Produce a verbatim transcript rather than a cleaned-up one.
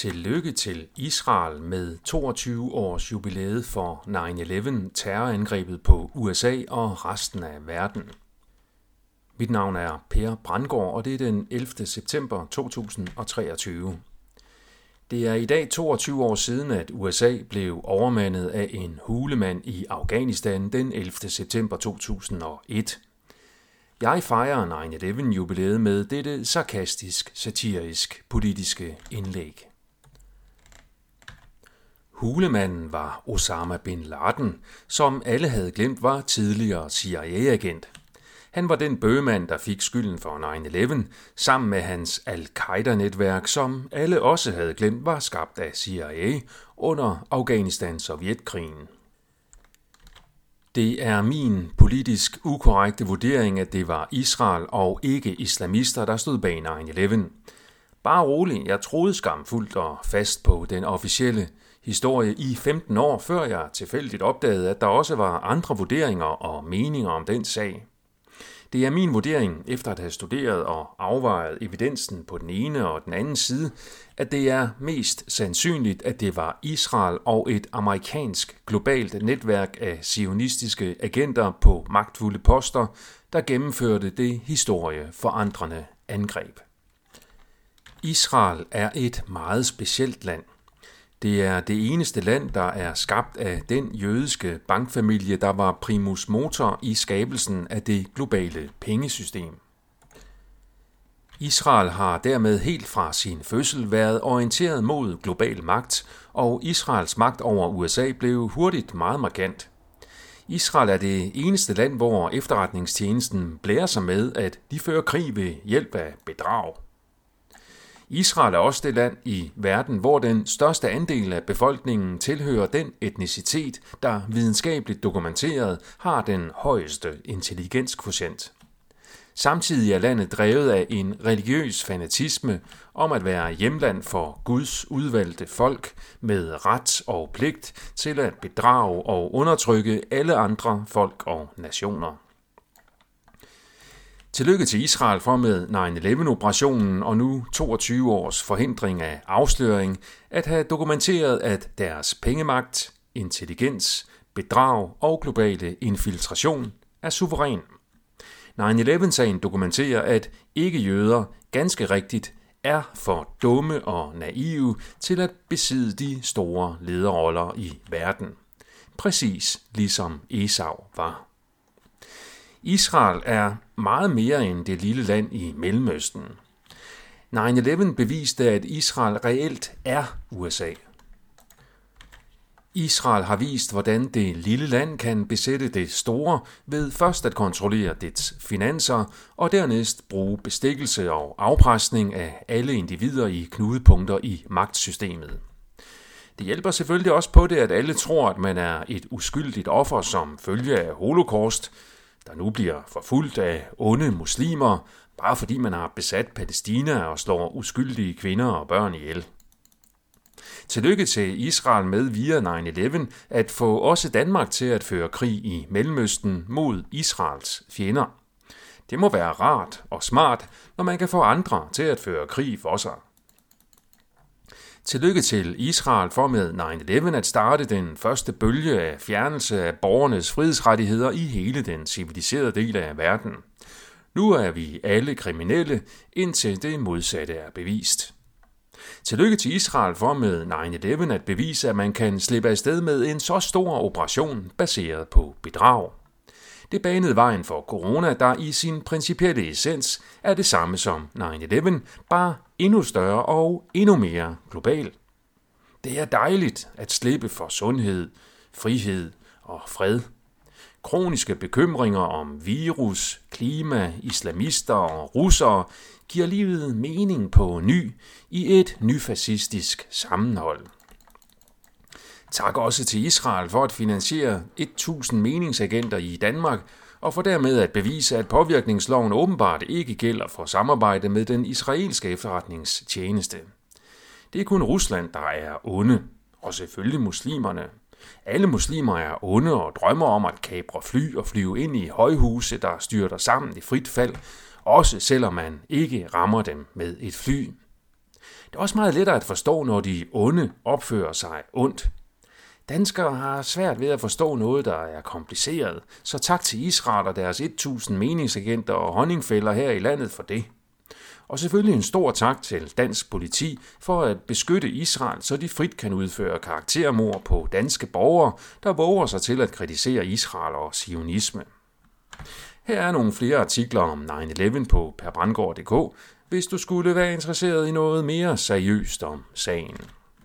Tillykke til Israel med toogtyve års jubilæet for nine eleven, terrorangrebet på U S A og resten af verden. Mit navn er Per Brandgaard, og det er den ellevte september to tusind og treogtyve. Det er i dag toogtyve år siden, at U S A blev overmandet af en hulemand i Afghanistan den ellevte september to tusind og et. Jeg fejrer nine eleven jubilæet med dette sarkastisk, satirisk, politiske indlæg. Hulemanden var Osama bin Laden, som alle havde glemt var tidligere C I A-agent. Han var den bøgemand, der fik skylden for nine eleven, sammen med hans al-Qaida-netværk, som alle også havde glemt var skabt af C I A under Afghanistan-Sovjetkrigen. Det er min politisk ukorrekte vurdering, at det var Israel og ikke islamister, der stod bag nine eleven. Bare rolig, jeg troede skamfuldt og fast på den officielle historie i femten år, før jeg tilfældigt opdagede, at der også var andre vurderinger og meninger om den sag. Det er min vurdering, efter at have studeret og afvejet evidensen på den ene og den anden side, at det er mest sandsynligt, at det var Israel og et amerikansk globalt netværk af zionistiske agenter på magtfulde poster, der gennemførte det historieforandrende angreb. Israel er et meget specielt land. Det er det eneste land, der er skabt af den jødiske bankfamilie, der var primus motor i skabelsen af det globale pengesystem. Israel har dermed helt fra sin fødsel været orienteret mod global magt, og Israels magt over U S A blev hurtigt meget markant. Israel er det eneste land, hvor efterretningstjenesten blærer sig med, at de fører krig ved hjælp af bedrag. Israel er også det land i verden, hvor den største andel af befolkningen tilhører den etnicitet, der videnskabeligt dokumenteret har den højeste intelligenskvotient. Samtidig er landet drevet af en religiøs fanatisme om at være hjemland for Guds udvalgte folk med ret og pligt til at bedrage og undertrykke alle andre folk og nationer. Tillykke til Israel for med nine eleven-operationen og nu toogtyve års forhindring af afsløring at have dokumenteret, at deres pengemagt, intelligens, bedrag og globale infiltration er suveræn. nine eleven-sagen dokumenterer, at ikke-jøder ganske rigtigt er for dumme og naive til at besidde de store lederroller i verden. Præcis ligesom Esau var. Israel er meget mere end det lille land i Mellemøsten. nine eleven beviste, at Israel reelt er U S A. Israel har vist, hvordan det lille land kan besætte det store ved først at kontrollere dets finanser og dernæst bruge bestikkelse og afpresning af alle individer i knudepunkter i magtsystemet. Det hjælper selvfølgelig også på det, at alle tror, at man er et uskyldigt offer som følge af holocaust, der nu bliver forfulgt af onde muslimer, bare fordi man har besat Palæstina og slår uskyldige kvinder og børn ihjel. Tillykke til Israel med via nine eleven at få også Danmark til at føre krig i Mellemøsten mod Israels fjender. Det må være rart og smart, når man kan få andre til at føre krig for sig. Tillykke til Israel for med nine eleven at starte den første bølge af fjernelse af borgernes frihedsrettigheder i hele den civiliserede del af verden. Nu er vi alle kriminelle, indtil det modsatte er bevist. Tillykke til Israel for med nine eleven at bevise, at man kan slippe afsted med en så stor operation baseret på bedrag. Det banede vejen for corona, der i sin principielle essens er det samme som nine eleven, bare endnu større og endnu mere global. Det er dejligt at slippe for sundhed, frihed og fred. Kroniske bekymringer om virus, klima, islamister og russere giver livet mening på ny i et nyfascistisk sammenhold. Tak også til Israel for at finansiere tusind meningsagenter i Danmark, og for dermed at bevise, at påvirkningsloven åbenbart ikke gælder for samarbejde med den israelske efterretningstjeneste. Det er kun Rusland, der er onde, og selvfølgelig muslimerne. Alle muslimer er onde og drømmer om at kapre fly og flyve ind i højhuse, der styrter sammen i frit fald, også selvom man ikke rammer dem med et fly. Det er også meget lettere at forstå, når de onde opfører sig ondt. Danskere har svært ved at forstå noget, der er kompliceret, så tak til Israel og deres tusind meningsagenter og honningfælder her i landet for det. Og selvfølgelig en stor tak til dansk politi for at beskytte Israel, så de frit kan udføre karaktermord på danske borgere, der våger sig til at kritisere Israel og zionisme. Her er nogle flere artikler om nine eleven på perbrandgaard punktum d k, hvis du skulle være interesseret i noget mere seriøst om sagen.